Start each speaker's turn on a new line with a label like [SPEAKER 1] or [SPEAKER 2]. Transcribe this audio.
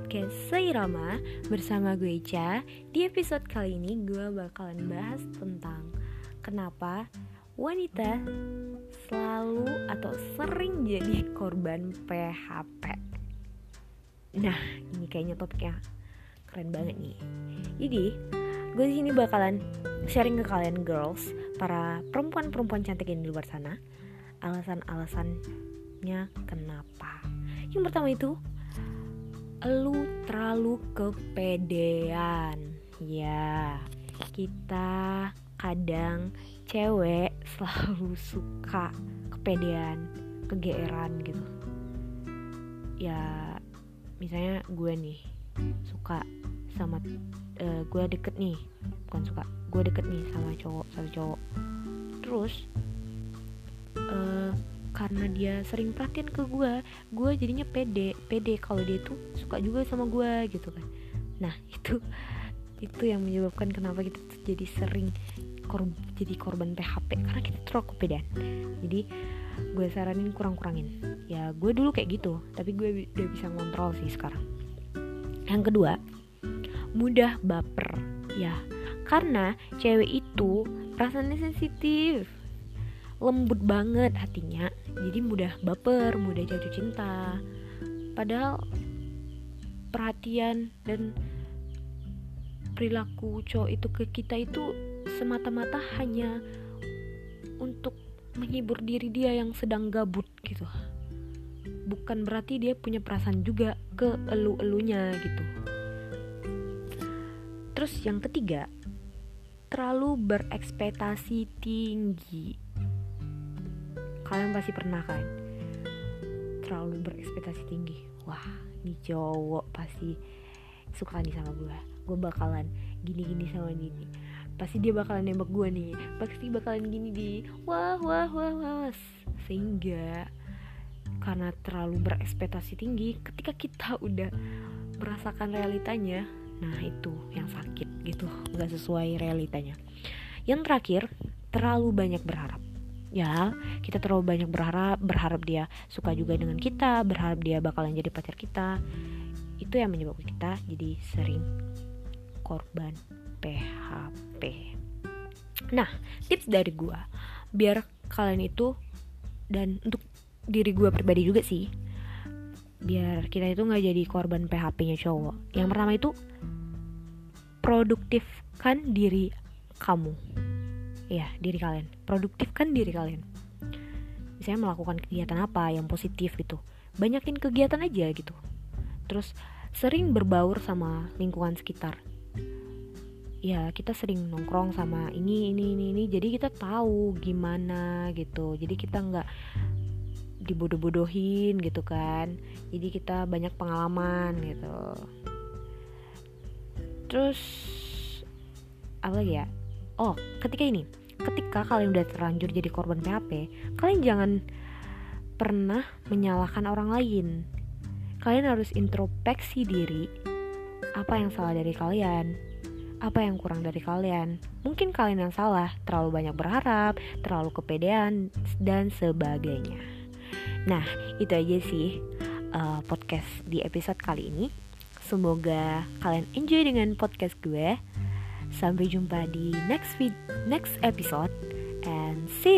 [SPEAKER 1] podcast Seirama bersama gue Ica. Di episode kali ini gue bakalan bahas tentang kenapa wanita selalu atau sering jadi korban PHP. Nah, ini kayaknya topiknya keren banget nih. Jadi, gue di sini bakalan sharing ke kalian girls, para perempuan-perempuan cantik yang di luar sana, alasan-alasannya kenapa. Yang pertama itu, lu terlalu kepedean. Ya, kita kadang cewek selalu suka kepedean, kegeeran gitu. Ya, misalnya gue nih suka sama gue deket nih sama cowok. Terus karena dia sering perhatian ke gue jadinya pede kalau dia tuh suka juga sama gue gitu kan. Nah itu yang menyebabkan kenapa kita tuh jadi sering jadi korban PHP, karena kita terlalu kepedean. Jadi gue saranin kurang-kurangin. Ya gue dulu kayak gitu, tapi gue udah bisa ngontrol sih sekarang. Yang kedua, mudah baper. Ya karena cewek itu perasaannya sensitif, lembut banget hatinya, jadi mudah baper, mudah jatuh cinta. Padahal perhatian dan perilaku cowok itu ke kita itu semata-mata hanya untuk menghibur diri dia yang sedang gabut gitu. Bukan berarti dia punya perasaan juga ke elu-elunya gitu. Terus yang ketiga, terlalu berekspektasi tinggi. Kalian pasti pernah kan terlalu berekspektasi tinggi. Wah, ini cowok pasti suka nih sama gue bakalan gini-gini sama dia nih, pasti dia bakalan nembak gue nih, pasti bakalan gini di wah. Sehingga karena terlalu berekspektasi tinggi, ketika kita udah merasakan realitanya, nah itu yang sakit gitu, gak sesuai realitanya. Yang terakhir, terlalu banyak berharap. Ya, kita terlalu banyak berharap dia suka juga dengan kita, berharap dia bakalan jadi pacar kita. Itu yang menyebabkan kita jadi sering korban PHP. Nah, tips dari gue biar kalian itu, dan untuk diri gue pribadi juga sih, biar kita itu gak jadi korban PHP-nya cowok. Yang pertama itu, produktifkan diri kamu. Ya, diri kalian, produktifkan diri kalian. Misalnya melakukan kegiatan apa yang positif gitu, banyakin kegiatan aja gitu. Terus sering berbaur sama lingkungan sekitar. Ya, kita sering nongkrong sama ini, jadi kita tahu gimana gitu. Jadi kita nggak dibodoh-bodohin gitu kan. Jadi kita banyak pengalaman gitu. Terus apa lagi ya? Oh, ketika kalian udah terlanjur jadi korban PHP, kalian jangan pernah menyalahkan orang lain. Kalian harus introspeksi diri. Apa yang salah dari kalian? Apa yang kurang dari kalian? Mungkin kalian yang salah, terlalu banyak berharap, terlalu kepedean, dan sebagainya. Nah, itu aja sih podcast di episode kali ini. Semoga kalian enjoy dengan podcast gue. Sampai jumpa di next episode, and see